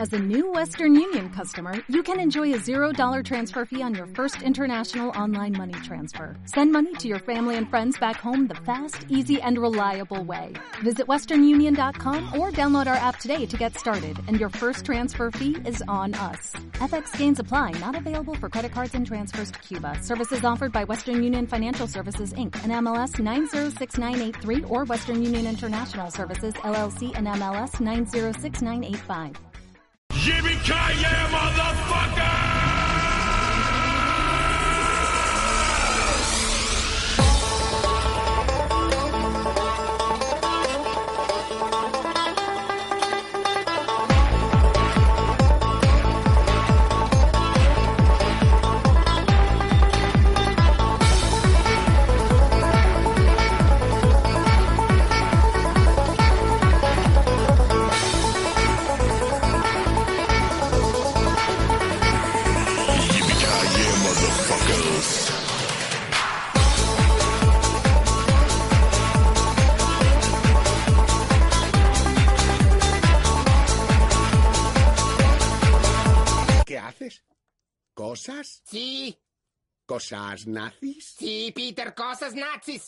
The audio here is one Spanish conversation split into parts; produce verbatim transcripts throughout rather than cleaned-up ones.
As a new Western Union customer, you can enjoy a zero dollar transfer fee on your first international online money transfer. Send money to your family and friends back home the fast, easy, and reliable way. Visit western union dot com or download our app today to get started, and your first transfer fee is on us. F X gains apply, not available for credit cards and transfers to Cuba. Services offered by Western Union Financial Services, Incorporated, and M L S nine zero six nine eight three or Western Union International Services, L L C, and M L S nine zero six nine eight five. Yippee-ki-yay, motherfucker! ¿Cosas? Sí. ¿Cosas nazis? Sí, Peter, cosas nazis.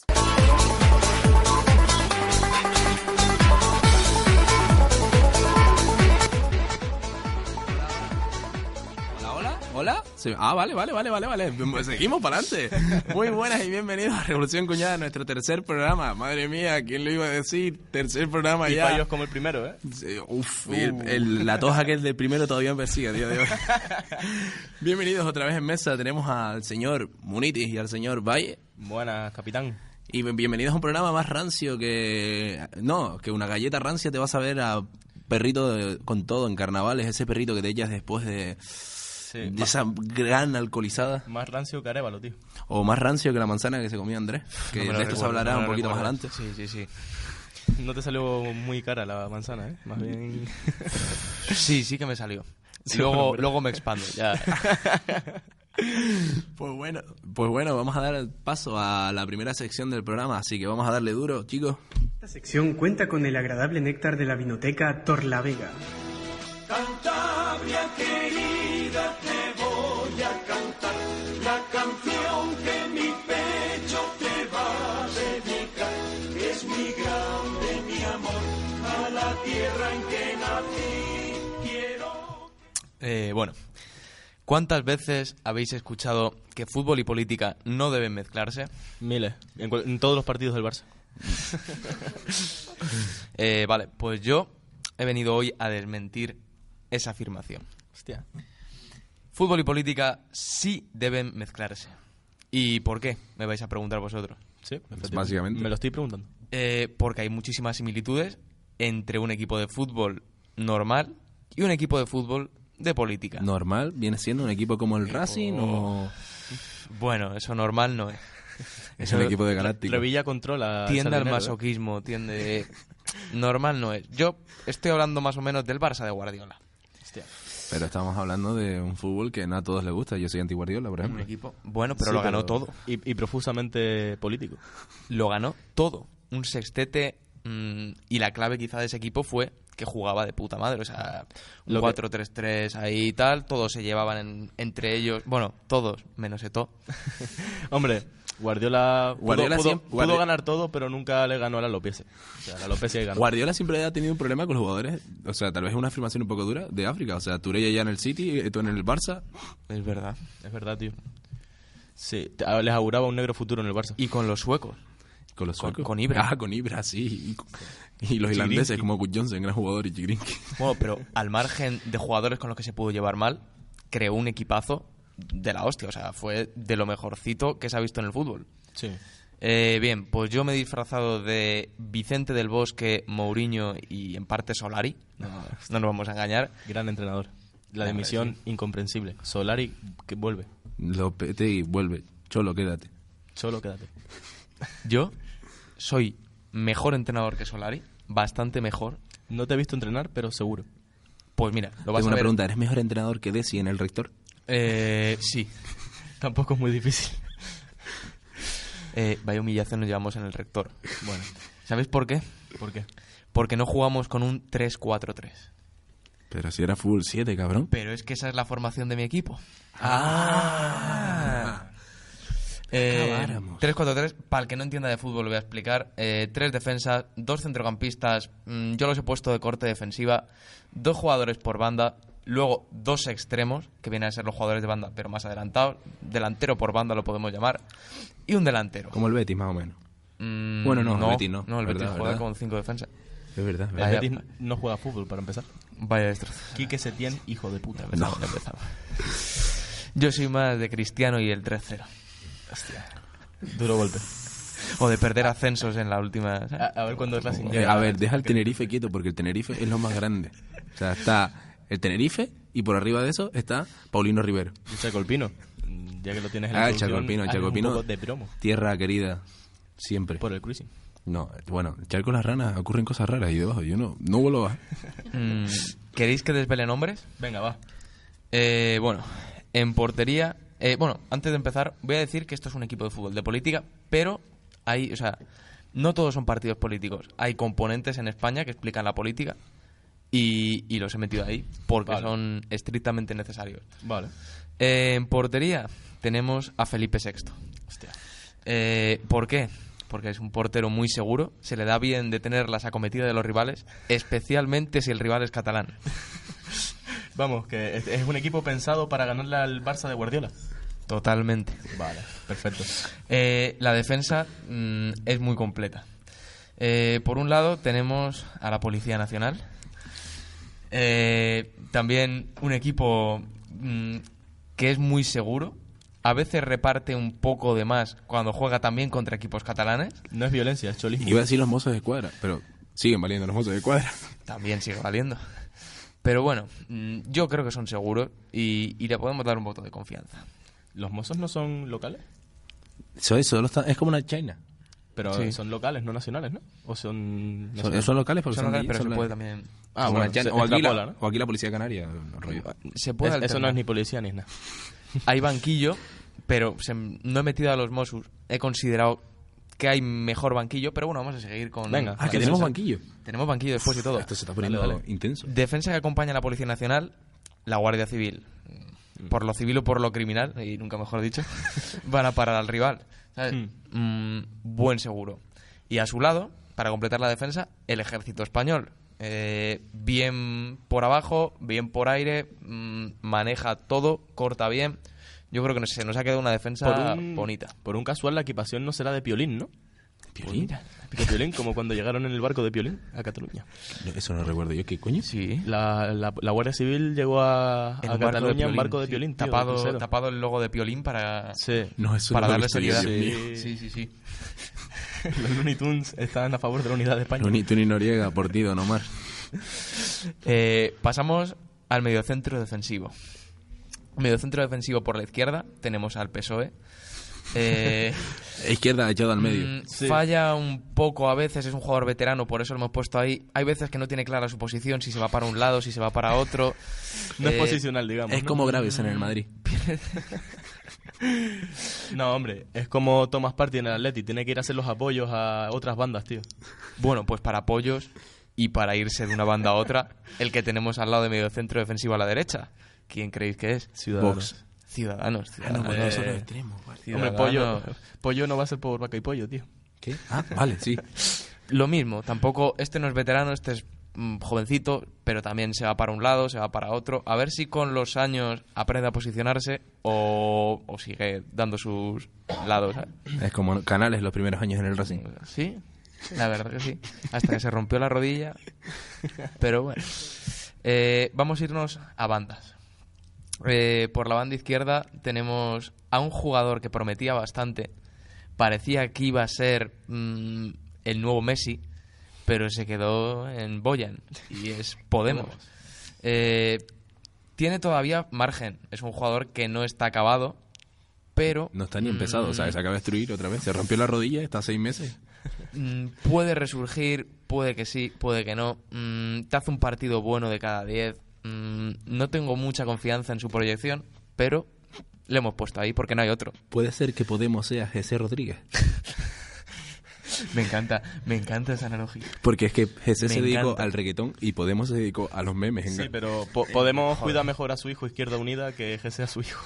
Hola, hola. Sí. Ah, vale, vale, vale, vale, vale. Seguimos para adelante. Muy buenas y bienvenidos a Revolución Cuñada, nuestro tercer programa. Madre mía, ¿quién lo iba a decir? Tercer programa y ya. Y fallos como el primero, ¿eh? Sí, uf, uh. el, el, la tos aquel del primero todavía me persigue, tío, Dios. Bienvenidos otra vez en mesa. Tenemos al señor Munitis y al señor Valle. Buenas, capitán. Y bienvenidos a un programa más rancio que... No, que una galleta rancia te vas a ver a perrito de, con todo en carnavales. Ese perrito que te echas después de... Sí, de más, esa gran alcoholizada. Más rancio que Arévalo, tío. O más rancio que la manzana que se comió Andrés. Que no de esto recuerdo, se hablará no un poquito recuerdo. Más adelante. Sí, sí, sí. No te salió muy cara la manzana, ¿eh? Más bien... Sí, sí que me salió. Sí, luego, pero... luego me expando, ya. Pues bueno, pues bueno, vamos a dar paso a la primera sección del programa, así que vamos a darle duro, chicos. Esta sección cuenta con el agradable néctar de la vinoteca Torlavega. Cantabria querida, te voy a cantar la canción que mi pecho te va a dedicar. Es muy grande mi amor a la tierra en que nací. Quiero... Eh, bueno, ¿cuántas veces habéis escuchado que fútbol y política no deben mezclarse? Miles, en, en todos los partidos del Barça. eh, vale, pues yo he venido hoy a desmentir esa afirmación. Hostia. Fútbol y política sí deben mezclarse. ¿Y por qué? Me vais a preguntar vosotros. Sí, básicamente. Me lo estoy preguntando. Eh, porque hay muchísimas similitudes entre un equipo de fútbol normal y un equipo de fútbol de política. ¿Normal? ¿Viene siendo un equipo como el Racing o...? o...? Bueno, eso normal no es. Es un equipo de Galáctico. Revilla controla... Tiende al masoquismo, tiende... Normal no es. Yo estoy hablando más o menos del Barça de Guardiola. Hostia. Pero estamos hablando de un fútbol que no a todos les gusta. Yo soy anti-Guardiola, por ejemplo. Un equipo... Bueno, pero sí, lo ganó pero... todo. Y, y profusamente político. Lo ganó todo. Un sextete... Mmm, y la clave quizá de ese equipo fue que jugaba de puta madre. O sea, un cuatro tres tres ahí y tal. Todos se llevaban en, entre ellos... Bueno, todos, menos Eto'o. Hombre... Guardiola, Guardiola pudo, pudo, siempre, Guardiola... pudo ganar todo, pero nunca le ganó a la Lopez. O sea, la Lopez sí ganó. Guardiola siempre ha tenido un problema con los jugadores. O sea, tal vez es una afirmación un poco dura de África. O sea, Touré ya en el City, Eto'o en el Barça. Es verdad. Es verdad, tío. Sí, les auguraba un negro futuro en el Barça. Y con los suecos. Con los suecos. Con, con Ibra. Ah, con Ibra, sí. Y, y los irlandeses, como Good Johnson, gran jugador, y Chigrinski. Bueno, pero al margen de jugadores con los que se pudo llevar mal, creó un equipazo de la hostia. O sea, fue de lo mejorcito que se ha visto en el fútbol. Sí. Eh, bien, pues yo me he disfrazado de Vicente del Bosque, Mourinho y en parte Solari. No, no nos vamos a engañar. Gran entrenador. La dimisión sí. Incomprensible. Solari que vuelve. Lopetegui vuelve. Cholo, quédate. Cholo, quédate. Yo soy mejor entrenador que Solari, bastante mejor. No te he visto entrenar, pero seguro. Pues mira, lo vas Tengo a una ver. pregunta, ¿eres mejor entrenador que Desi en el Rector? Eh, sí. Tampoco es muy difícil. Eh, vaya humillación nos llevamos en el Rector. Bueno, ¿sabéis por qué? ¿Por qué? Porque no jugamos con un tres cuatro tres. Pero si era fútbol siete, cabrón. Pero es que esa es la formación de mi equipo. Ah. Eh, Acabáramos. tres cuatro tres, para el que no entienda de fútbol lo voy a explicar. Eh, tres defensas, dos centrocampistas, mm, yo los he puesto de corte defensiva, dos jugadores por banda, luego dos extremos, que vienen a ser los jugadores de banda, pero más adelantados, delantero por banda lo podemos llamar, y un delantero. Como el Betis, más o menos. Mm, Bueno, no, el Betis no. No, el Verdad, Betis juega verdad. con cinco defensas. Es verdad. El ¿verdad? Betis no juega fútbol, para empezar. Vaya destrozo. Quique Setién, hijo de puta. No. Ya empezamos. Yo soy más de Cristiano y el tres cero. Hostia. Duro golpe. O de perder ascensos en la última... A, a ver cuándo es la Eh, señal. a ver, deja el Tenerife quieto porque el Tenerife es lo más grande. O sea, está el Tenerife y por arriba de eso está Paulino Rivero. El Chacolpino. Ya que lo tienes en la Ah, el introducción, Chacolpino, el hazle Chacolpino. un poco de promo Tierra querida, siempre. por el cruising. No, bueno, echar con las ranas ocurren cosas raras y debajo. Yo no, no vuelvo a bajar. Mm, ¿Queréis que desvele nombres? Venga, va. Eh, bueno, en portería... eh, bueno, antes de empezar, voy a decir que esto es un equipo de fútbol, de política, pero hay, o sea, no todos son partidos políticos. Hay componentes en España que explican la política y, y los he metido ahí porque Vale. son estrictamente necesarios. Vale. Eh, en portería tenemos a Felipe sexto. Hostia. Eh, ¿Por qué? Porque es un portero muy seguro, se le da bien detener las acometidas de los rivales, especialmente si el rival es catalán. Vamos, que es, es un equipo pensado para ganarle al Barça de Guardiola. Totalmente. Vale, perfecto. Eh, la defensa mm, es muy completa. Eh, por un lado tenemos a la Policía Nacional. Eh, también un equipo mm, que es muy seguro. A veces reparte un poco de más cuando juega también contra equipos catalanes. No es violencia, es cholismo. Iba a decir los mozos de cuadra, pero siguen valiendo los mozos de cuadra. También sigue valiendo. Pero bueno, mm, yo creo que son seguros y, y le podemos dar un voto de confianza. ¿Los mozos no son locales? Eso, eso lo está- es como una China. Pero Sí. son locales, no nacionales, ¿no? ¿O son Son, nacionales? son locales porque Son son, de locales, allí, pero son se la- puede también... Ah, bueno, una China. se O aquí, la, extrapola, ¿no? o aquí la policía canaria. no, rollo. Se puede Es- eso no alternar. es ni policía ni nada. Hay banquillo, pero se- no he metido a los Mossos. He considerado que hay mejor banquillo, pero bueno, vamos a seguir con... Venga. Ah, que Defensa. tenemos banquillo. Tenemos banquillo después y todo. Esto se está poniendo Dale, dale. intenso. Defensa que acompaña a la Policía Nacional, la Guardia Civil. Por lo civil o por lo criminal, y nunca mejor dicho, van a parar al rival. ¿Sabes? Mm, buen seguro. Y a su lado, para completar la defensa, el Ejército Español. Eh, bien por abajo, bien por aire, mm, maneja todo, corta bien. Yo creo que nos- se nos ha quedado una defensa Por un, bonita. por un casual, la equipación no será de Piolín, ¿no? ¿Piolín? De Piolín, como cuando llegaron en el barco de Piolín a Cataluña. No, eso no recuerdo yo. ¿Qué coño? Sí. La, la, la Guardia Civil llegó a, En a un barco de Cataluña en Piolín, barco de sí. Piolín, tío, de tapado, crucero. tapado el logo de Piolín para, Sí. No, eso para no lo he darle visto yo, seriedad. Dios mío. Sí, sí, sí. Los Looney Tunes están a favor de la unidad de España. Looney Tunes y Noriega, por ti, Don Omar. Eh, pasamos al mediocentro defensivo. Mediocentro defensivo por la izquierda tenemos al P S O E. Eh, Izquierda echado al medio. mm, Sí. Falla un poco a veces, es un jugador veterano, por eso lo hemos puesto ahí. Hay veces que no tiene clara su posición, si se va para un lado, si se va para otro. No Eh, es posicional, digamos. Es ¿no? como Graves en el Madrid. No, hombre, es como Thomas Partey en el Atleti. Tiene que ir a hacer los apoyos a otras bandas, tío. Bueno, pues para apoyos y para irse de una banda a otra, el que tenemos al lado de mediocentro defensivo a la derecha. ¿Quién creéis que es? Ciudadanos. Ciudadanos. Ah, no, Ciudadanos. bueno, son los Eh, extremos. Vale. Hombre, Ciudadanos. pollo, pollo no va a ser por vaca y pollo, tío. ¿Qué? Ah, vale, sí. Lo mismo, tampoco, este no es veterano, este es mm, jovencito, pero también se va para un lado, se va para otro. A ver si con los años aprende a posicionarse o, o sigue dando sus lados. ¿sabes? Es como Canales los primeros años en el Racing. Sí, la verdad que sí. Hasta que se rompió la rodilla. Pero bueno. Eh, vamos a irnos a bandas. Eh, por la banda izquierda tenemos a un jugador que prometía bastante. Parecía que iba a ser mm, el nuevo Messi, pero se quedó en Boyan y es Podemos. Eh, tiene todavía margen. Es un jugador que no está acabado, pero No está ni empezado, o sea, se acaba de destruir otra vez. Se rompió la rodilla, está seis meses. mm, puede resurgir, puede que sí, puede que no. Mm, te hace un partido bueno de cada diez. Mm, no tengo mucha confianza en su proyección, pero le hemos puesto ahí porque no hay otro. Puede ser que Podemos sea José Rodríguez. Me encanta, me encanta esa analogía. Porque es que Jesús Me se dedicó encanta. al reggaetón y Podemos se dedicó a los memes. Sí, pero po- Podemos cuidar mejor a su hijo Izquierda Unida que G C a su hijo.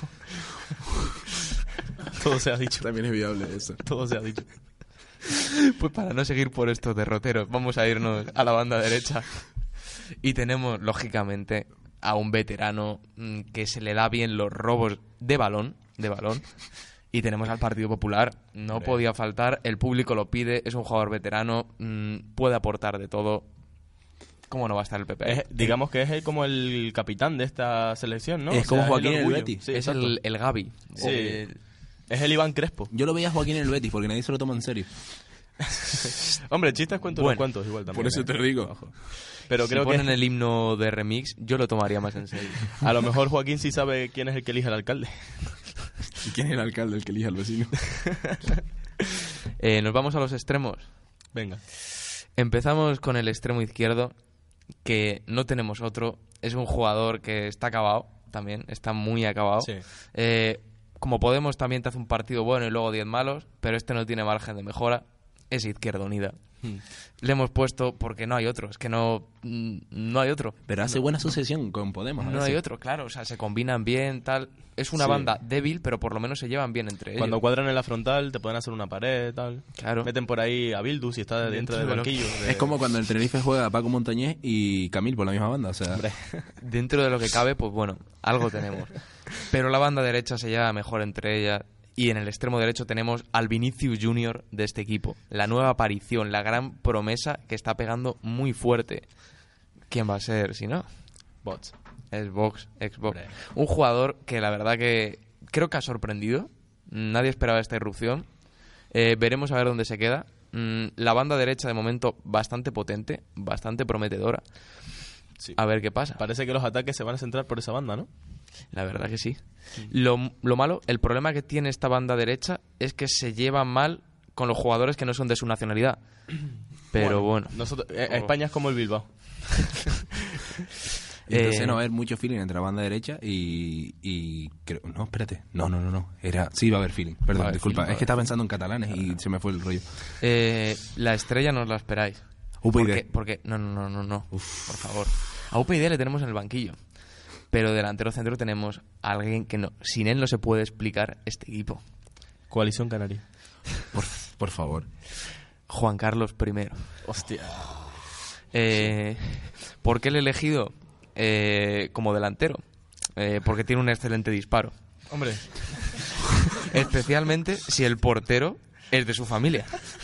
Todo se ha dicho. También es viable eso. Todo se ha dicho. Pues para no seguir por estos derroteros, vamos a irnos a la banda derecha. Y tenemos, lógicamente, a un veterano mmm, que se le da bien los robos de balón, de balón. Y tenemos al Partido Popular. No Hombre. podía faltar, el público lo pide, es un jugador veterano, mmm, puede aportar de todo. ¿Cómo no va a estar el P P? Es- digamos que es el- como el capitán de esta selección, ¿no? Es como Joaquín en el orgullo. Betis. Sí, es exacto. el, el Gavi. Sí. El- Es el Iván Crespo. Yo lo veía a Joaquín en el Betis porque nadie se lo toma en serio. Hombre, chistes cuento Bueno, los cuentos igual también. Por eso ¿eh? te digo. Ojo. Pero si creo ponen que el himno de remix, yo lo tomaría más en serio. a lo mejor Joaquín sí sabe quién es el que elige al alcalde. ¿Y quién es el alcalde, el que elija al vecino? Eh, Nos vamos a los extremos. Venga. Empezamos con el extremo izquierdo, que no tenemos otro. Es un jugador que está acabado también, está muy acabado. Sí. Eh, como Podemos también te hace un partido bueno y luego diez malos, pero este no tiene margen de mejora. Es Izquierda Unida. Hmm. Le hemos puesto porque no hay otro, es que no, mm, no hay otro. Pero hace buena asociación con Podemos. a No veces. hay otro, claro, o sea, se combinan bien, tal. Es una Sí. banda débil, pero por lo menos se llevan bien entre Cuando ellos. cuadran en la frontal te pueden hacer una pared, tal. Claro. Meten por ahí a Bildu si está dentro, Dentro del de lo- banquillo. de- Es como cuando el Tenerife juega Paco Montañés y Camil por la misma banda. O sea, Hombre. Dentro de lo que cabe, pues bueno, algo tenemos. Pero la banda derecha se lleva mejor entre ellas. Y en el extremo derecho tenemos al Vinicius Junior de este equipo. La nueva aparición, la gran promesa que está pegando muy fuerte. ¿Quién va a ser si no? Bots. Es Vox, Xbox. Hombre. Un jugador que la verdad que creo que ha sorprendido. Nadie esperaba esta irrupción. Eh, veremos a ver dónde se queda. Mm, la banda derecha de momento bastante potente, bastante prometedora. Sí. A ver qué pasa. Parece que los ataques se van a centrar por esa banda, ¿no? La verdad que sí. Lo, lo malo, el problema que tiene esta banda derecha es que se lleva mal con los jugadores que no son de su nacionalidad. Pero bueno. Nosotros, eh, Oh. España es como el Bilbao. y entonces Eh, no va a haber mucho feeling entre la banda derecha y, y creo, no, espérate, no, no, no, no, era, sí va a haber feeling, perdón, Va a haber disculpa, feeling, va a es que estaba pensando en catalanes y se me fue el rollo. eh, la estrella no os la esperáis. U P y D. Porque, porque no, no, no, no, no. Por favor. A U P y D le tenemos en el banquillo. Pero delantero centro tenemos a alguien que no, sin él no se puede explicar este equipo. Coalición Canaria. Por, por favor. Juan Carlos primero. Hostia. Eh, ¿Por qué le he elegido eh, como delantero? Eh, porque tiene un excelente disparo. Hombre, Especialmente si el portero es de su familia.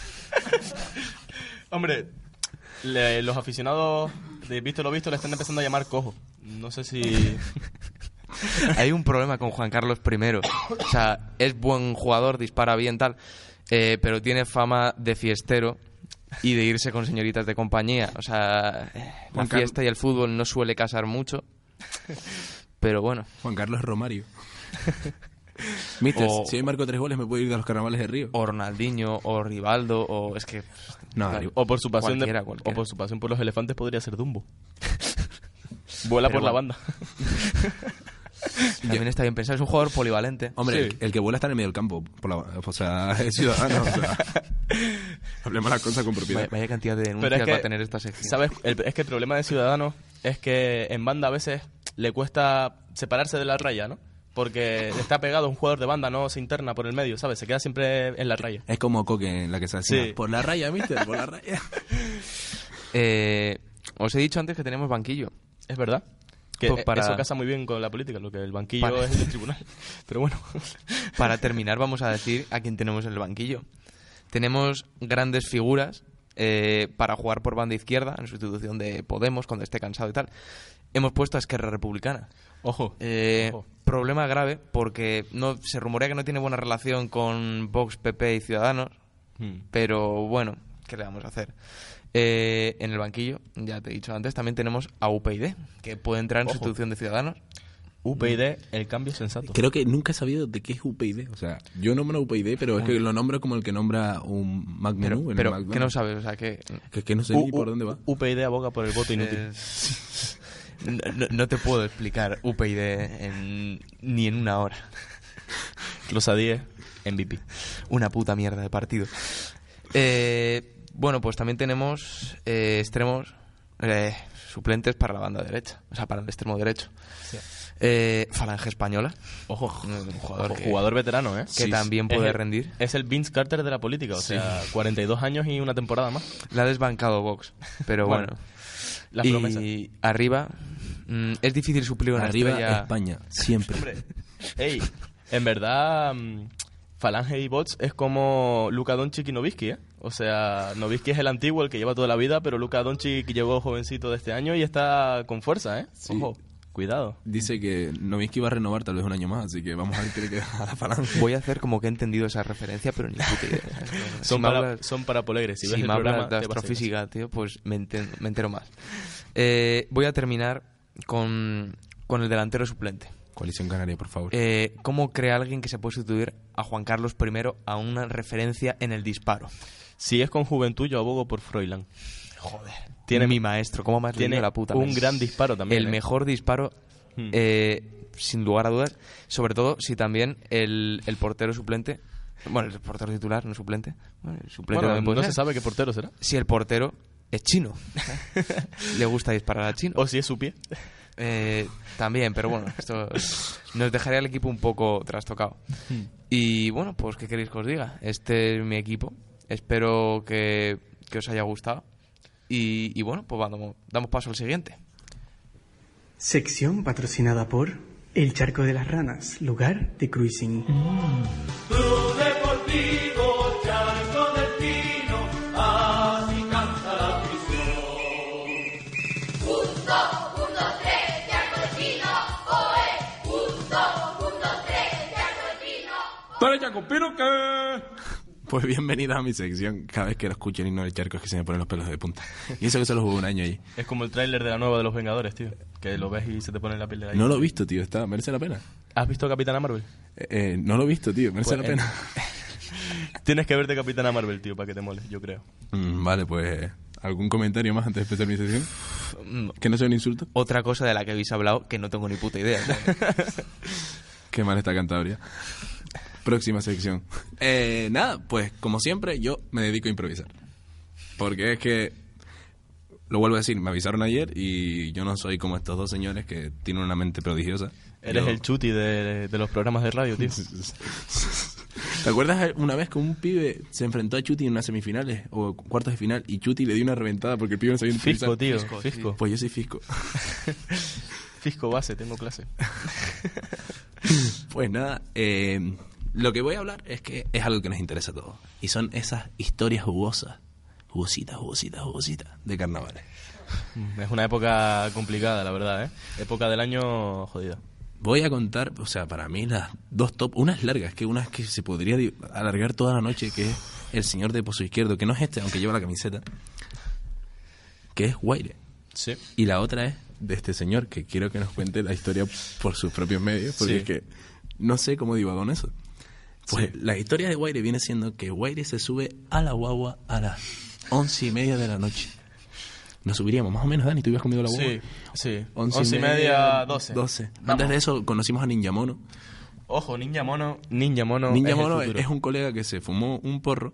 hombre, le- los aficionados de Visto lo Visto le están empezando a llamar cojo. No sé si... Hay un problema con Juan Carlos primero. O sea, es buen jugador, dispara bien, tal, eh, pero tiene fama de fiestero y de irse con señoritas de compañía. O sea, eh, la Juan Car- fiesta y el fútbol no suele casar mucho. Pero bueno, Juan Carlos Romario. Mister, O- si hoy marco tres goles me puedo ir de los carnavales de Río. o Ronaldinho, o Rivaldo, o es que... No, claro, O por su pasión de- cualquiera, o cualquiera. por su pasión por los elefantes podría ser Dumbo. Vuela Pero por la bueno. banda. También está bien pensado, es un jugador polivalente. Hombre, Sí. el, el que vuela está en el medio del campo. Por la, o sea, es ciudadano. O sea, hablemos las cosas con propiedad. Vaya, vaya cantidad de Pero denuncias es que, va a tener esta sección. ¿sabes? El- es que el problema de Ciudadanos es que en banda a veces le cuesta separarse de la raya, ¿no? Porque está pegado a un jugador de banda, no se interna por el medio, ¿sabes? Se queda siempre en la raya. Es como Coque en la que se hace. Sí. Por la raya, mister, por la raya. Eh, os he dicho antes que tenemos banquillo. ¿Es verdad? Que Pues para- eso casa muy bien con la política, lo que el banquillo Para- es el del tribunal. Pero bueno. Para terminar, vamos a decir a quién tenemos en el banquillo. Tenemos grandes figuras eh, para jugar por banda izquierda, en sustitución de Podemos, cuando esté cansado y tal. Hemos puesto a Esquerra Republicana. Ojo. Eh, Ojo. Problema grave, porque no se rumorea que no tiene buena relación con Vox, P P y Ciudadanos. Hmm. Pero bueno, ¿qué le vamos a hacer? Eh, en el banquillo, ya te he dicho antes, también tenemos a U P y D, que puede entrar en Ojo. sustitución de Ciudadanos. U P y D, el cambio sensato. Creo que nunca he sabido de qué es U P y D. O sea, yo nombro U P y D, pero es que lo nombro como el que nombra un Mac Pero, Menú en pero el McDonald's. ¿qué no sabes? O sea, que... Que, que no sé U- ni por U- dónde va. U P y D aboga por el voto inútil. Eh, no, no- no te puedo explicar U P y D en- ni en una hora. Los A diez, M V P. Una puta mierda de partido. Eh, bueno, pues también tenemos eh, extremos eh, suplentes para la banda derecha, o sea, para el extremo derecho. Sí. Eh, Falange Española. Ojo, un jugador, ojo, que, jugador veterano, ¿eh? Que sí, también puede es el, rendir. Es el Vince Carter de la política, o sí. sea, cuarenta y dos años y una temporada más. La ha desbancado Vox, pero bueno. bueno. Las y promesas. arriba, mmm, es difícil suplir una arriba estrella. España, siempre. Hombre, ey, en verdad, um, Falange y Bots es como Luka Doncic y Nowitzki, ¿eh? O sea, Nowitzki es el antiguo, el que lleva toda la vida, pero Luka Doncic llegó jovencito de este año y está con fuerza, ¿eh? Sí. Ojo. Cuidado. Dice que Nowitzki va a renovar tal vez un año más, así que vamos a ver qué le queda a la Falange. Voy a hacer como que he entendido esa referencia, pero ni puta idea. son, si para, hablas, son para polegres. Si, si ves el me programa, hablas de astrofísica, tío, pues me entero, me entero más. Eh, voy a terminar con, con el delantero suplente. Coalición Canaria, por favor. Eh, ¿Cómo cree alguien que se puede sustituir a Juan Carlos primero a una referencia en el disparo? Si es con juventud, yo abogo por Froilán. Joder. Tiene mi maestro, ¿cómo me has tiene la puta? un mes? gran disparo también. El ¿eh? mejor disparo... Eh, sin lugar a dudas, sobre todo si también el, el portero suplente, bueno, el portero titular, no suplente, bueno, el suplente bueno, también puede no ser. se sabe qué portero será. Si el portero es chino, le gusta disparar al chino. O si es su pie. Eh, también, pero bueno, esto nos dejaría el equipo un poco trastocado. Hmm. Y bueno, pues ¿qué queréis que os diga? Este es mi equipo, espero que, que os haya gustado. Y, y bueno, pues vamos, damos paso al siguiente. Sección patrocinada por El Charco de las Ranas, lugar de cruising. Club Deportivo Charco del Pino, así canta la afición. Un, dos, un, dos, tres, Charco del Pino, oe. Un, dos, un, dos, tres, Charco del Pino. ¿Tú eres Charco Pino qué? Pues bienvenidos a mi sección. Cada vez que lo escucho el himno del Charco es que se me ponen los pelos de punta. Y eso que solo jugué un año ahí. Es como el tráiler de la nueva de Los Vengadores, tío. Que lo ves y se te pone la piel de la No lo he visto, tío. Está, merece la pena. ¿Has visto Capitana Marvel? Eh, eh, no lo he visto, tío. Merece pues, la pena. Eh, tienes que verte Capitana Marvel, tío, para que te mole, yo creo. Mm, vale, pues... ¿Algún comentario más antes de empezar mi sección? ¿Que no sea un insulto? Otra cosa de la que habéis hablado que no tengo ni puta idea. Qué mal está Cantabria. Próxima sección. Eh, nada, pues como siempre yo me dedico a improvisar. Porque es que, lo vuelvo a decir, me avisaron ayer y yo no soy como estos dos señores que tienen una mente prodigiosa. Eres yo... el chuti de, de los programas de radio, tío. ¿Te acuerdas una vez que un pibe se enfrentó a Chuti en unas semifinales o cuartos de final y Chuti le dio una reventada porque el pibe no sabía improvisar? Fisco, tío. Fisco, Fisco. Sí. Pues yo soy Fisco. Fisco base, tengo clase. Pues nada, eh... lo que voy a hablar es que es algo que nos interesa a todos. Y son esas historias jugosas, jugositas, jugositas, jugositas, de carnavales. Es una época complicada, la verdad, ¿eh? Época del año jodida. Voy a contar, o sea, para mí las dos top, una es larga, es que una es que se podría alargar toda la noche, que es el señor de Pozo Izquierdo, que no es este, aunque lleva la camiseta, que es Guaire. Sí. Y la otra es de este señor, que quiero que nos cuente la historia por sus propios medios, porque sí. Es que no sé cómo divagó en eso. Pues sí. La historia de Guaire viene siendo que Guaire se sube a la guagua a las once y media de la noche. Nos subiríamos, más o menos, Dani, ¿tú ibas conmigo a la guagua? Sí, sí. Once, once y media, doce. doce. Antes de eso conocimos a Ninja Mono. Ojo, Ninja Mono. Ninja Mono Ninja es Mono el futuro. Es un colega que se fumó un porro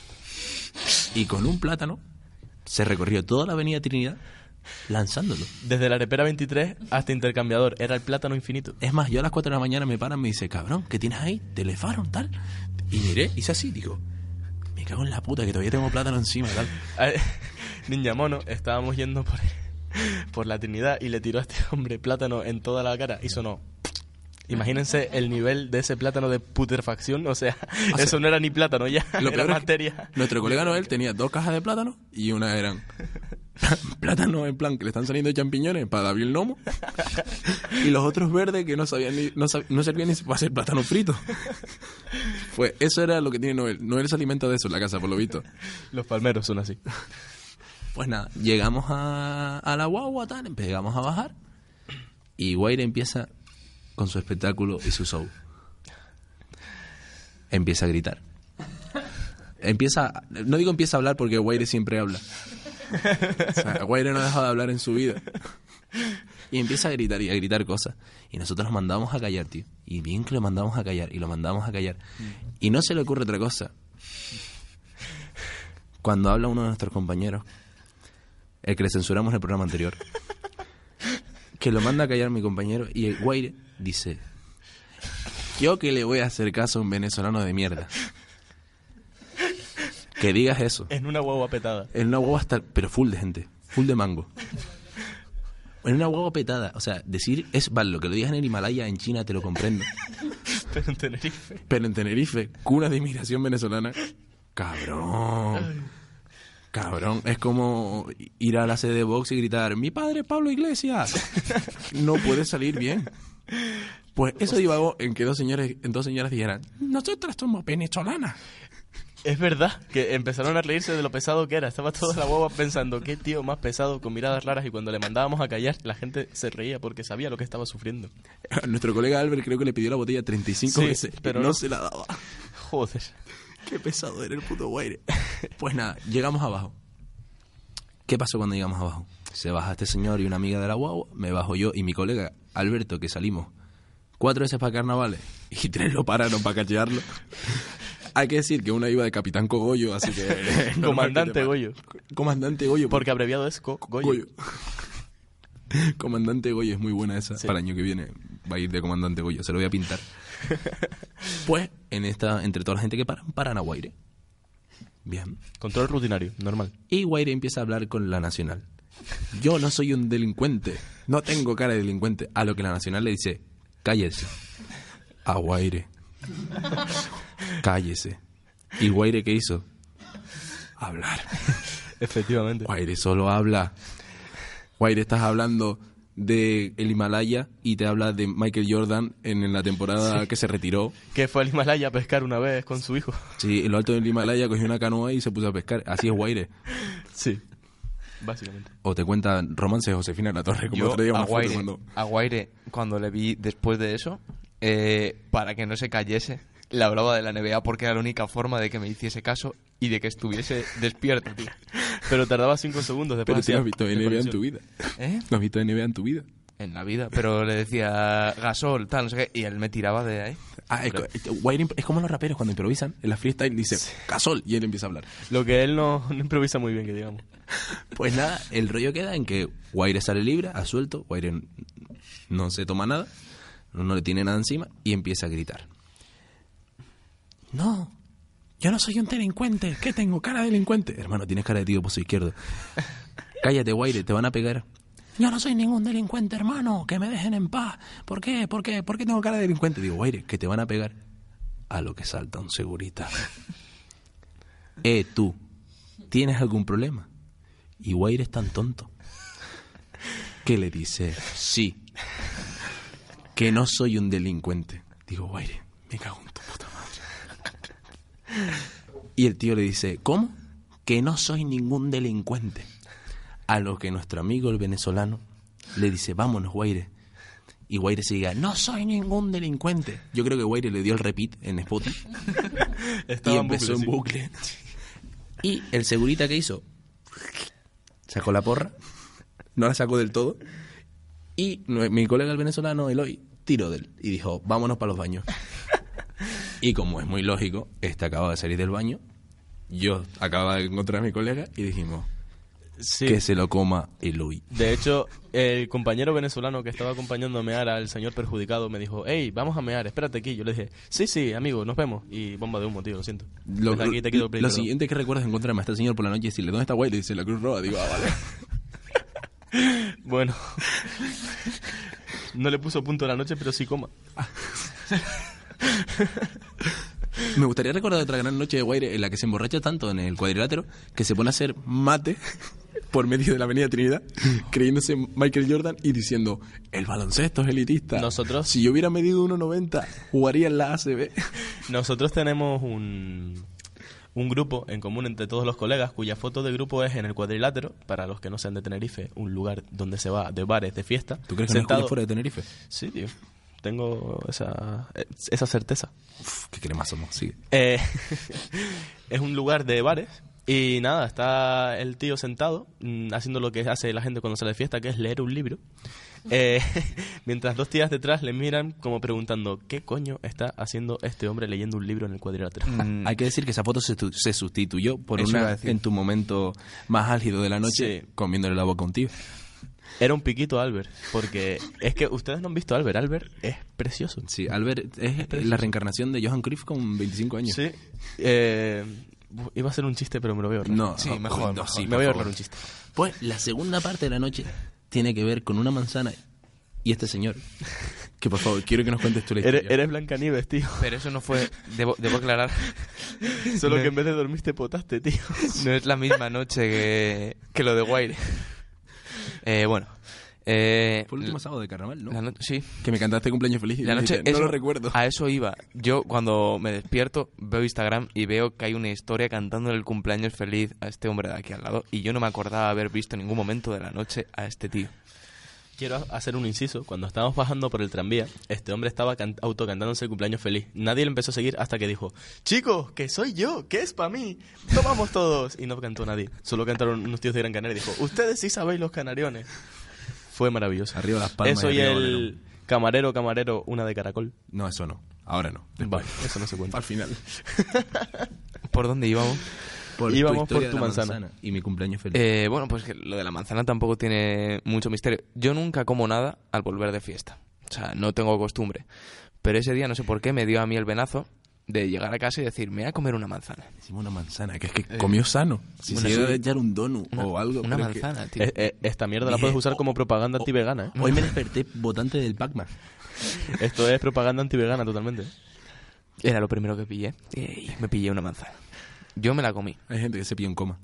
y con un plátano se recorrió toda la avenida Trinidad lanzándolo. Desde la Arepera veintitrés hasta Intercambiador. Era el plátano infinito. Es más, yo a las cuatro de la mañana me paran y me dice, cabrón, ¿qué tienes ahí? Telefaron, tal. Y miré, hice así, digo, me cago en la puta, que todavía tengo plátano encima, tal. Ninja Mono, estábamos yendo por, por la Trinidad y le tiró a este hombre plátano en toda la cara y sonó. Imagínense el nivel de ese plátano de putrefacción, o sea, o sea eso no era ni plátano ya, lo era materia. Nuestro colega Noel tenía dos cajas de plátano y una eran plátanos en plan que le están saliendo champiñones para abrir el gnomo y los otros verdes que no sabían ni, no, sab, no servían ni para hacer plátano frito. Pues eso era lo que tiene Noel. Noel se alimenta de eso en la casa, por lo visto. Los palmeros son así. Pues nada, llegamos a, a la guagua, tal, empezamos a bajar y Guaire empieza con su espectáculo y su show. Empieza a gritar. Empieza, no digo empieza a hablar porque Guaire siempre habla. O sea, Guaire no ha dejado de hablar en su vida. Y empieza a gritar y a gritar cosas. Y nosotros lo mandamos a callar, tío. Y bien que lo mandamos a callar y lo mandamos a callar. Y no se le ocurre otra cosa cuando habla uno de nuestros compañeros, el que le censuramos en el programa anterior, que lo manda a callar mi compañero, y el Guaire dice: yo que le voy a hacer caso a un venezolano de mierda. Que digas eso. En una guagua petada. En una guagua hasta, pero full de gente, full de mango. En una guagua petada, o sea, decir, es vale, lo que lo digas en el Himalaya, en China, te lo comprendo. Pero en Tenerife. Pero en Tenerife, cuna de inmigración venezolana, cabrón. Cabrón, es como ir a la sede de Vox y gritar: mi padre Pablo Iglesias. No puede salir bien. Pues eso divagó en que dos señores, en dos señoras dijeran: nosotras somos venezolanas. Es verdad, que empezaron a reírse de lo pesado que era. Estaba toda la guagua pensando: qué tío más pesado, con miradas raras. Y cuando le mandábamos a callar, la gente se reía porque sabía lo que estaba sufriendo. Nuestro colega Albert creo que le pidió la botella treinta y cinco Sí, veces, pero no, no. se la daba. Joder. Qué pesado era el puto Guaire. Pues nada, llegamos abajo. ¿Qué pasó cuando llegamos abajo? Se baja este señor y una amiga de la guagua, me bajo yo y mi colega Alberto, que salimos cuatro veces para carnavales y tres lo pararon para cachearlo. Hay que decir que una iba de Capitán Cogollo, así que... normal Comandante que te Goyo. Comandante Goyo. Porque abreviado es Co- Goyo. Goyo. Comandante Goyo, es muy buena esa. Sí. Para el año que viene va a ir de Comandante Goyo, se lo voy a pintar. Pues, en esta, entre toda la gente que paran, paran a Guaire. Bien. Control rutinario, normal. Y Guaire empieza a hablar con la Nacional. Yo no soy un delincuente, no tengo cara de delincuente. A lo que la Nacional le dice: cállese. A Guaire: cállese. ¿Y Guaire qué hizo? Hablar. Efectivamente. Guaire solo habla. Guaire, estás hablando de el Himalaya y te habla de Michael Jordan en, en la temporada Sí. que se retiró. Que fue al Himalaya a pescar una vez con su hijo. Sí, en lo alto del Himalaya cogió una canoa y se puso a pescar. Así es Guaire. Sí, básicamente. O te cuenta romance de Josefina La Torre, como Yo otro día a una foto Guaire, mandó. a Guaire, cuando le vi después de eso, eh, para que no se cayese, le hablaba de la N B A porque era la única forma de que me hiciese caso y de que estuviese despierto, tío. Pero tardaba cinco segundos después. Pero tú no has hacía visto N B A en desconexión. tu vida. ¿Eh? ¿No has visto N B A en tu vida? En la vida, pero le decía Gasol, tal, no sé qué, y él me tiraba de ahí. Ah, es, co- Guaire imp- es como los raperos cuando improvisan en la freestyle, dice Gasol y él empieza a hablar. Lo que él no, no improvisa muy bien, que digamos. Pues nada, el rollo queda en que Guaire sale libre, a suelto, Guaire n- no se toma nada, no, no le tiene nada encima y empieza a gritar. No, yo no soy un delincuente, ¿qué tengo? Cara de delincuente. Hermano, tienes cara de tío pozo izquierdo. Cállate, Guaire, te van a pegar. Yo no soy ningún delincuente, hermano, que me dejen en paz. ¿Por qué? ¿Por qué? ¿Por qué tengo cara de delincuente? Digo, Guaire, que te van a pegar. A lo que salta un segurita. Eh, tú, ¿tienes algún problema? Y Guaire es tan tonto que le dice: sí, que no soy un delincuente. Digo, Guaire, me cago en tu puta madre. Y el tío le dice: ¿cómo? Que no soy ningún delincuente. A lo que nuestro amigo el venezolano le dice: vámonos, Guaire. Y Guaire sigue: no soy ningún delincuente. Yo creo que Guaire le dio el repeat en Spotify Estaba y en empezó bucle, en sí. bucle. Y el segurita que hizo, sacó la porra, no la sacó del todo, y nue- mi colega el venezolano, Eloy, tiró de él y dijo: vámonos para los baños. Y como es muy lógico, este acaba de salir del baño, yo acababa de encontrar a mi colega y dijimos: Sí. que se lo coma Eloy. De hecho, el compañero venezolano que estaba acompañando a mear al señor perjudicado me dijo: hey, vamos a mear, espérate aquí. Yo le dije: sí, sí, amigo, nos vemos. Y bomba de humo, tío, lo siento. Lo, Desde aquí te quiero pedir lo perdón. siguiente que recuerdo es encontrarme a este señor por la noche y decirle: ¿dónde está Guaire? Y dice: la Cruz Roja. Digo: ah, vale. Bueno. No le puso punto a la noche, pero sí coma. Me gustaría recordar otra gran noche de Guaire en la que se emborracha tanto en el cuadrilátero que se pone a hacer mate por medio de la Avenida Trinidad, creyéndose Michael Jordan y diciendo: el baloncesto es elitista. Nosotros- Si yo hubiera medido uno noventa, jugaría en la A C B. Nosotros tenemos un, un grupo en común entre todos los colegas cuya foto de grupo es en el cuadrilátero, para los que no sean de Tenerife, un lugar donde se va de bares, de fiesta. ¿Tú crees que no es sentado... Julia fuera de Tenerife? Sí, tío. Tengo esa, esa certeza. Uf, qué crema somos, sigue. Eh, es un lugar de bares y nada, está el tío sentado mm, haciendo lo que hace la gente cuando sale de fiesta, que es leer un libro. Eh, mientras dos tías detrás le miran como preguntando ¿qué coño está haciendo este hombre leyendo un libro en el cuadrilátero? Mm, hay que decir que esa foto se, tu- se sustituyó por Eso iba a una decir. en tu momento más álgido de la noche, Sí. comiéndole la boca a un tío. Era un piquito a Albert, porque es que ustedes no han visto a Albert. Albert es precioso. Sí, Albert es la reencarnación de Johan Cruyff con veinticinco años. Sí. Eh, iba a ser un chiste, pero me lo voy a ahorrar. No, Sí, no, mejor, no, mejor. sí, me por voy a favor. ahorrar un chiste. Pues la segunda parte de la noche tiene que ver con una manzana y este señor. Que por favor, quiero que nos cuentes tú la historia. Eres, eres Blancanieves, tío. Pero eso no fue... Debo, debo aclarar... Solo No. que en vez de dormir te potaste, tío. No es la misma noche que, que lo de Guaire. Eh, bueno. Eh, Fue el último sábado de carnaval, ¿no? la no- sí. Que me cantaste cumpleaños feliz y La noche, dijiste, no eso- lo recuerdo. A eso iba. Yo cuando me despierto veo Instagram y veo que hay una historia cantando el cumpleaños feliz a este hombre de aquí al lado y yo no me acordaba haber visto en ningún momento de la noche a este tío. Quiero hacer un inciso. Cuando estábamos bajando por el tranvía, este hombre estaba can- autocantándose el cumpleaños feliz. Nadie le empezó a seguir hasta que dijo, chicos, que soy yo, que es para mí. Tomamos todos. Y no cantó nadie. Solo cantaron unos tíos de Gran Canaria y dijo, ustedes sí sabéis los canariones. Fue maravilloso. Arriba las palmas. Eso y arriba el camarero, camarero, una de caracol. No, eso no. Ahora no. Después. Vale, eso no se cuenta. Al final. ¿Por dónde íbamos? Por Íbamos tu historia por tu de la manzana. y mi cumpleaños feliz. Eh, bueno, pues que lo de la manzana tampoco tiene mucho misterio. Yo nunca como nada al volver de fiesta. O sea, no tengo costumbre. Pero ese día, no sé por qué, me dio a mí el venazo de llegar a casa y decir, me voy a comer una manzana. Decimos una manzana, que es que comió sano. Si bueno, se iba sí. a echar un donut Una, o algo. una pero es que- manzana, tío. Eh, eh, esta mierda la Dije, puedes usar oh, como propaganda antivegana, ¿eh? Hoy me desperté votante del Pac-Man. Esto es propaganda antivegana totalmente. Era lo primero que pillé. Y me pillé una manzana. Yo me la comí. Hay gente que se pilla en coma.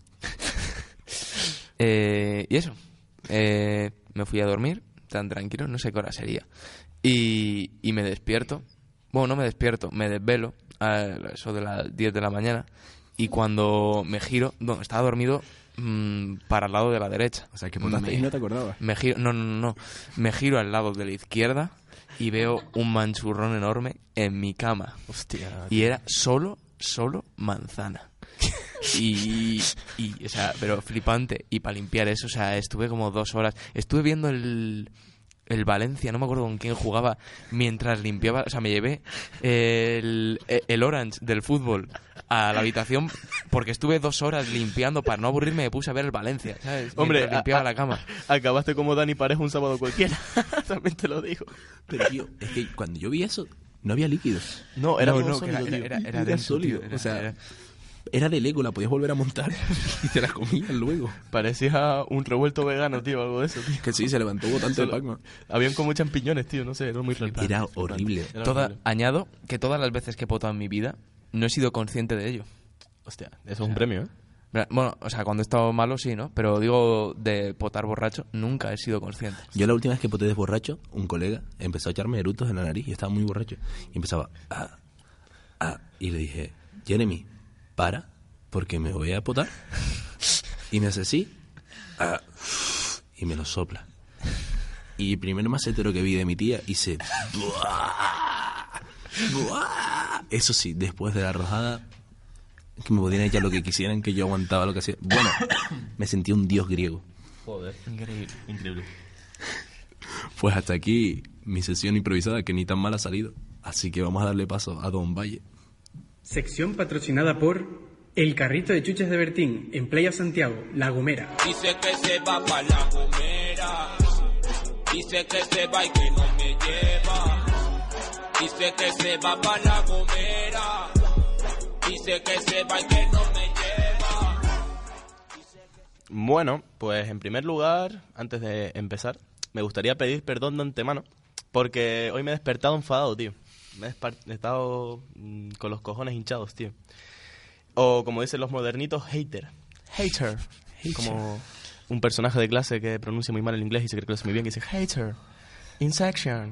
Eh, y eso. Eh, me fui a dormir, tan tranquilo, no sé qué hora sería. Y, y me despierto. Bueno, no me despierto, me desvelo a eso de las diez de la mañana. Y cuando me giro, no, estaba dormido mmm, para el lado de la derecha. O sea, que potaste me, y no te acordabas. me giro, no, no, no, no. Me giro al lado de la izquierda y veo un manchurrón enorme en mi cama. Hostia. Y era solo, solo manzana. Y, y, o sea, pero flipante. Y para limpiar eso, o sea, estuve como dos horas. Estuve viendo el, el Valencia, no me acuerdo con quién jugaba, mientras limpiaba. O sea, me llevé el, el Orange del fútbol a la habitación porque estuve dos horas limpiando. Para no aburrirme, me puse a ver el Valencia, ¿sabes? Hombre, Mientras limpiaba a- la cama. Acabaste como Dani Parejo un sábado cualquiera. También te lo digo. Pero, tío, es que cuando yo vi eso, no había líquidos. No, era No, todo no, que sólido, era- tío. era- era Era denso, sólido, tío, era- o sea, era- Era de Lego, la podías volver a montar y te la comías luego. Parecía un revuelto vegano, tío, algo de eso, tío. Que sí, se levantó botante de Solo- Pac-Man. Habían como champiñones, tío, no sé, era muy flipante. Era horrible. Era Toda, horrible. añado que todas las veces que he potado en mi vida no he sido consciente de ello. Hostia, eso es un premio, ¿eh? Bueno, o sea, cuando he estado malo sí, ¿no? Pero digo, de potar borracho, nunca he sido consciente. Yo la última vez que poté de borracho, un colega empezó a echarme eructos en la nariz y estaba muy borracho. Y empezaba, ah, ah, y le dije, Jeremy, para, porque me voy a potar. Y me hace así, ah, y me lo sopla. Y el primer macetero que vi de mi tía hice, ¡buah! ¡buah! Eso sí, después de la arrojada, que me podían echar lo que quisieran, que yo aguantaba lo que hacía. Bueno, me sentí un dios griego. Joder, increíble, increíble. Pues hasta aquí mi sesión improvisada, que ni tan mal ha salido. Así que vamos a darle paso a Don Valle. Sección patrocinada por El Carrito de Chuches de Bertín, en Playa Santiago, La Gomera. Dice que se va pa' la Gomera. Dice que se va y que no me lleva. Dice que se va pa' la Gomera. Dice que se va y que no me lleva. Bueno, pues en primer lugar, antes de empezar, me gustaría pedir perdón de antemano, porque hoy me he despertado enfadado, tío. Me he despertado mm, con los cojones hinchados, tío. O como dicen los modernitos, hater. Hater. Como un personaje de clase que pronuncia muy mal el inglés y se cree que lo hace muy bien, que dice hater. Insection.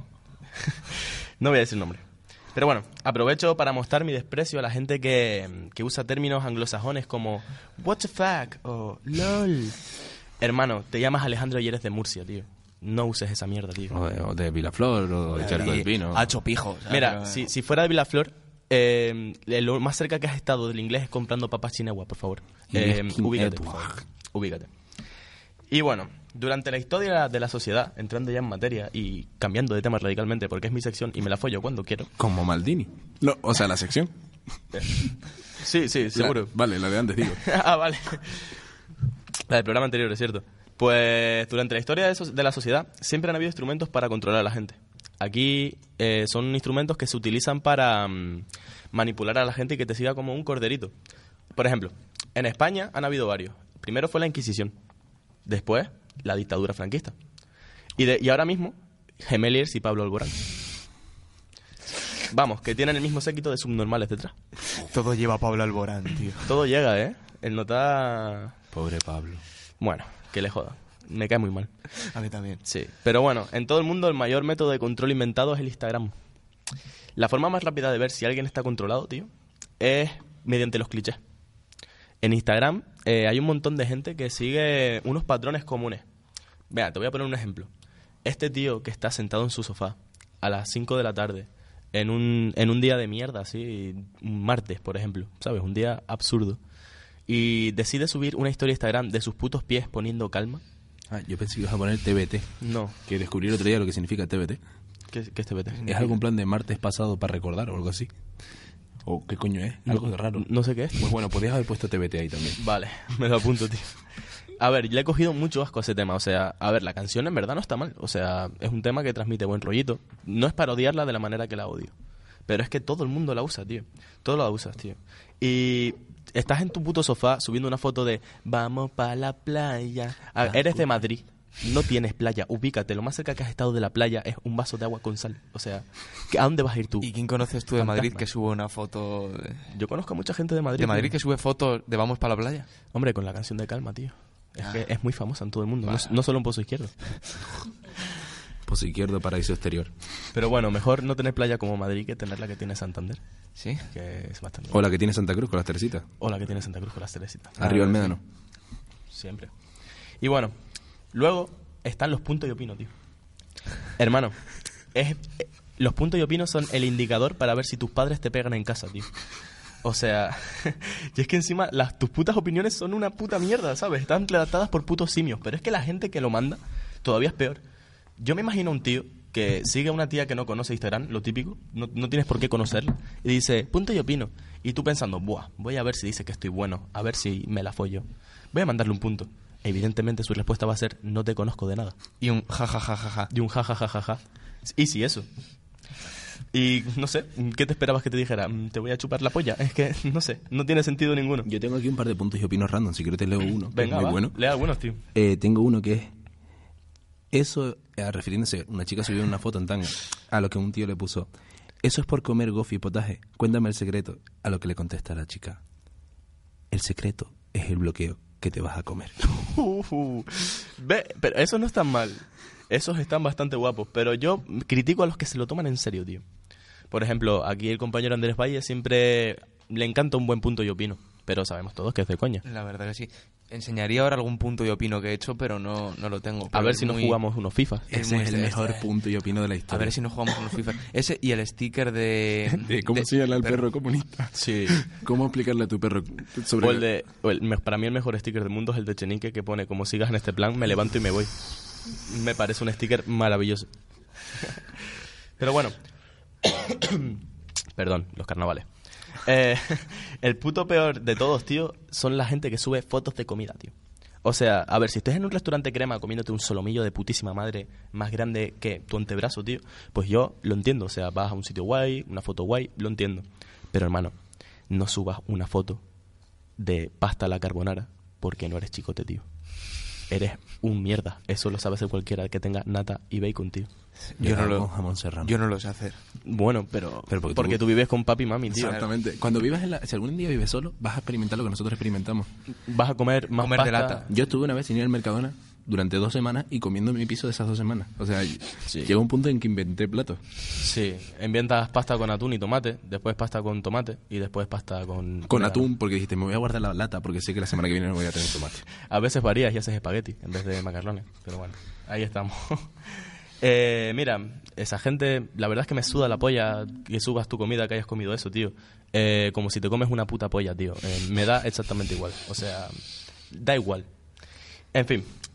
No voy a decir nombre. Pero bueno, aprovecho para mostrar mi desprecio a la gente que, que usa términos anglosajones como what the fuck o lol. Hermano, te llamas Alejandro y eres de Murcia, tío. No uses esa mierda, tío. O de, o de Vilaflor, o de Charco del Pino. Hacho pijo. o sea, Mira, pero- si, si fuera de Vilaflor, eh, lo más cerca que has estado del inglés es comprando papas chinegua, por favor. Eh, Inglés King ubícate, Edward. por favor. Ubícate. Y bueno, Durante la historia de la sociedad, entrando ya en materia y cambiando de tema radicalmente porque es mi sección y me la follo cuando quiero. Como Maldini. No, o sea, la sección. Sí, sí, seguro. La- vale, la de antes, digo. Ah, vale. La del programa anterior, es cierto. Pues durante la historia de, so- de la sociedad siempre han habido instrumentos para controlar a la gente. Aquí eh, son instrumentos que se utilizan para mm, manipular a la gente y que te siga como un corderito. Por ejemplo, en España han habido varios. Primero fue la Inquisición. Después, la dictadura franquista. Y, de, y ahora mismo, Gemeliers y Pablo Alborán. Vamos, que tienen el mismo séquito de subnormales detrás. Todo lleva a Pablo Alborán, tío. Todo llega, ¿eh? El nota... Pobre Pablo. Bueno, que le joda. Me cae muy mal. A mí también. Sí. Pero bueno, en todo el mundo el mayor método de control inventado es el Instagram. La forma más rápida de ver si alguien está controlado, tío, es mediante los clichés. En Instagram eh, hay un montón de gente que sigue unos patrones comunes. Vea, te voy a poner un ejemplo. Este tío que está sentado en su sofá a las cinco de la tarde, en un, en un día de mierda, así, un martes, por ejemplo, ¿sabes? Un día absurdo. Y decide subir una historia a Instagram de sus putos pies poniendo calma. Ah, yo pensé que ibas a poner T B T. No. Que descubrí el otro día lo que significa T B T. ¿Qué, qué es T B T? ¿Es algún plan de martes pasado para recordar o algo así? ¿O qué coño es? Algo de raro. No sé qué es. Pues bueno, podías haber puesto T B T ahí también. Vale, me lo apunto, tío. A ver, le he cogido mucho asco a ese tema. O sea, a ver, la canción en verdad no está mal. O sea, es un tema que transmite buen rollito. No es para odiarla de la manera que la odio. Pero es que todo el mundo la usa, tío. Todo lo usas, tío. Y estás en tu puto sofá subiendo una foto de vamos pa' la playa. A ver, eres de Madrid. No tienes playa, ubícate. Lo más cerca que has estado de la playa es un vaso de agua con sal. O sea, ¿a dónde vas a ir tú? ¿Y quién conoces tú de Fantasma. Madrid que sube una foto de, Yo conozco a mucha gente de Madrid. de Madrid tío. que sube fotos de vamos para la playa? Hombre, con la canción de Calma, tío. Es Ah. que es muy famosa en todo el mundo. No, Vale. no solo en Pozo Izquierdo. Pozo izquierdo, paraíso exterior. Pero bueno, mejor no tener playa como Madrid que tener la que tiene Santander. ¿Sí? Que es bastante... O la que tiene Santa Cruz con las teresitas. O la que tiene Santa Cruz con las Teresitas. Arriba el médano. Siempre. Y bueno, luego están los puntos y opino, tío. Hermano, es, eh, los puntos y opino son el indicador para ver si tus padres te pegan en casa, tío. O sea, y es que encima las, tus putas opiniones son una puta mierda, ¿sabes? Están redactadas por putos simios. Pero es que la gente que lo manda todavía es peor. Yo me imagino a un tío que sigue a una tía que no conoce Instagram, lo típico, no, no tienes por qué conocerla, y dice, punto y opino. Y tú pensando, buah, voy a ver si dice que estoy bueno, a ver si me la follo. Voy a mandarle un punto. Evidentemente su respuesta va a ser, no te conozco de nada. Y un jajajajaja. Y un jajajajaja. Y sí, eso. Y no sé, ¿qué te esperabas que te dijera? Mm, Te voy a chupar la polla. Es que, no sé, no tiene sentido ninguno. Yo tengo aquí un par de puntos y opinos random. Si quieres te leo uno. que Venga, es muy va, bueno. lea algunos, tío. Eh, tengo uno que es... Eso, eh, refiriéndose, una chica subió una foto en tanga, a lo que un tío le puso, eso es por comer gofi y potaje, cuéntame el secreto. A lo que le contesta la chica, el secreto es el bloqueo que te vas a comer. Uh, ve, pero esos no están mal. Esos están bastante guapos. Pero yo critico a los que se lo toman en serio, tío. Por ejemplo, aquí el compañero Andrés Valle siempre le encanta un buen punto y opino. Pero sabemos todos que es de coña. La verdad que sí. Enseñaría ahora algún punto y opino que he hecho, pero no, no lo tengo. A Pero ver es si nos muy- jugamos unos FIFA. Es Ese muy es el este- mejor punto y opino de la historia. A ver si nos jugamos unos FIFA. Ese y el sticker de... De cómo se llama el perro comunista. Sí. ¿Cómo explicarle a tu perro sobre O el de, o el me- para mí el mejor sticker del mundo es el de Chenique, que pone, como sigas en este plan, me levanto y me voy. Me parece un sticker maravilloso. Pero bueno. Perdón, los carnavales. Eh, el puto peor de todos, tío, son la gente que sube fotos de comida, tío. O sea, a ver, si estás en un restaurante crema comiéndote un solomillo de putísima madre más grande que tu antebrazo, tío, pues yo lo entiendo. O sea, vas a un sitio guay, una foto guay, lo entiendo. Pero, hermano, no subas una foto de pasta a la carbonara porque no eres chicote, tío. Eres un mierda. Eso lo sabe hacer cualquiera que tenga nata y bacon, tío. Yo no, lo, jamón serrano. yo no lo sé hacer. Bueno, pero, Pero porque, porque tú- tú vives con papi y mami, tío. Exactamente. Cuando vivas en la... Si algún día vives solo, vas a experimentar lo que nosotros experimentamos. Vas a comer más Comer de pasta. lata. Yo estuve una vez sin ir al Mercadona durante dos semanas y comiendo en mi piso de esas dos semanas. O sea, llegó un punto en que inventé platos. Sí, inventas pasta con atún y tomate, después pasta con tomate y después pasta con... Con atún, porque dijiste, me voy a guardar la lata porque sé que la semana que viene no voy a tener tomate. A veces varías y haces espagueti en vez de macarrones, pero bueno, ahí estamos. eh, mira, esa gente, la verdad es que me suda la polla que subas tu comida, que hayas comido eso, tío. Eh, como si te comes una puta polla, tío. Eh, me da exactamente igual, o sea, da igual. En fin,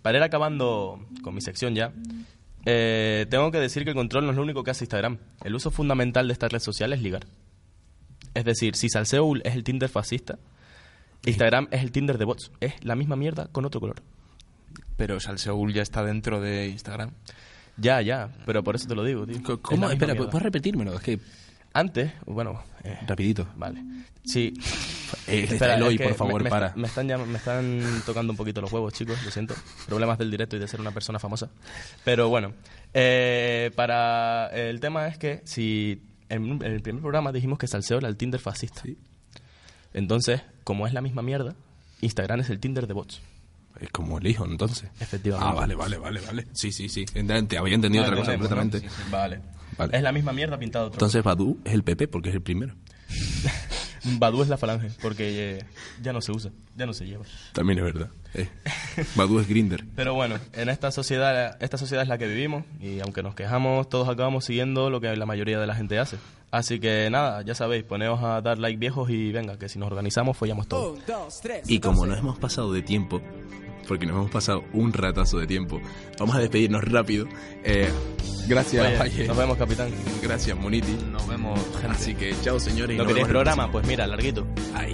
para ir acabando con mi sección ya, eh, tengo que decir que el control no es lo único que hace Instagram. El uso fundamental de esta red social es ligar. Es decir, si Salseo es el Tinder fascista, Instagram es el Tinder de bots. Es la misma mierda con otro color. Pero Salseul ya está dentro de Instagram. Ya, ya, pero por eso te lo digo, tío. ¿Cómo? Es la Espera, misma ¿puedes repetírmelo? Es que... mierda. Antes, bueno... Eh, Rapidito. Vale. Sí. Eh, Espera, Eloy, es que por favor, me, me para. está- me, están llam- me están tocando un poquito los huevos, chicos, lo siento. Problemas del directo y de ser una persona famosa. Pero bueno, eh, para el tema es que si en, en el primer programa dijimos que Salseo era el Tinder fascista. Entonces, como es la misma mierda, Instagram es el Tinder de bots. Es como el hijo, entonces. Efectivamente. Ah, vale, vale, vale, vale. Sí, sí, sí. Te había entendido otra cosa completamente. Vale. Vale. Es la misma mierda pintada de otro. Entonces Badoo es el P P porque es el primero. Badoo es la falange, porque eh, ya no se usa, ya no se lleva. También es verdad. Eh. Badoo es Grindr. Pero bueno, en esta sociedad, esta sociedad es la que vivimos y aunque nos quejamos, todos acabamos siguiendo lo que la mayoría de la gente hace. Así que nada, ya sabéis, poneos a dar like viejos y venga, que si nos organizamos follamos todo. Y como nos hemos pasado de tiempo, porque nos hemos pasado un ratazo de tiempo, vamos a despedirnos rápido. Eh, gracias, Oye, Valle. nos vemos, capitán. Gracias, Moniti. Nos vemos, gente. Así que chao, señores. y ¿No nos queréis vemos en el programa? Pues mira, larguito. próximo. Ahí.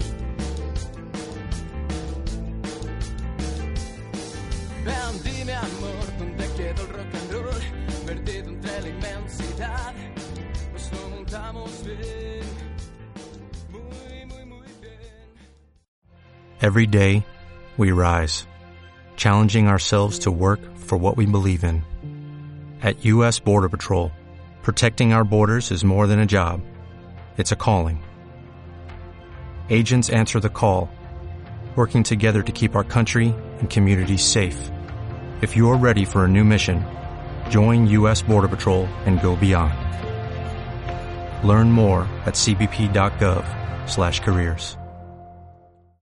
Ven, dime amor, ¿dónde quedó el rock and roll? Perdido entre la inmensidad, nos lo montamos bien, muy, muy, muy bien. Every day, we rise, challenging ourselves to work for what we believe in. At U S Border Patrol, protecting our borders is more than a job. It's a calling. Agents answer the call, working together to keep our country and communities safe. If you are ready for a new mission, join U S Border Patrol and go beyond. Learn more at c b p dot gov slash careers.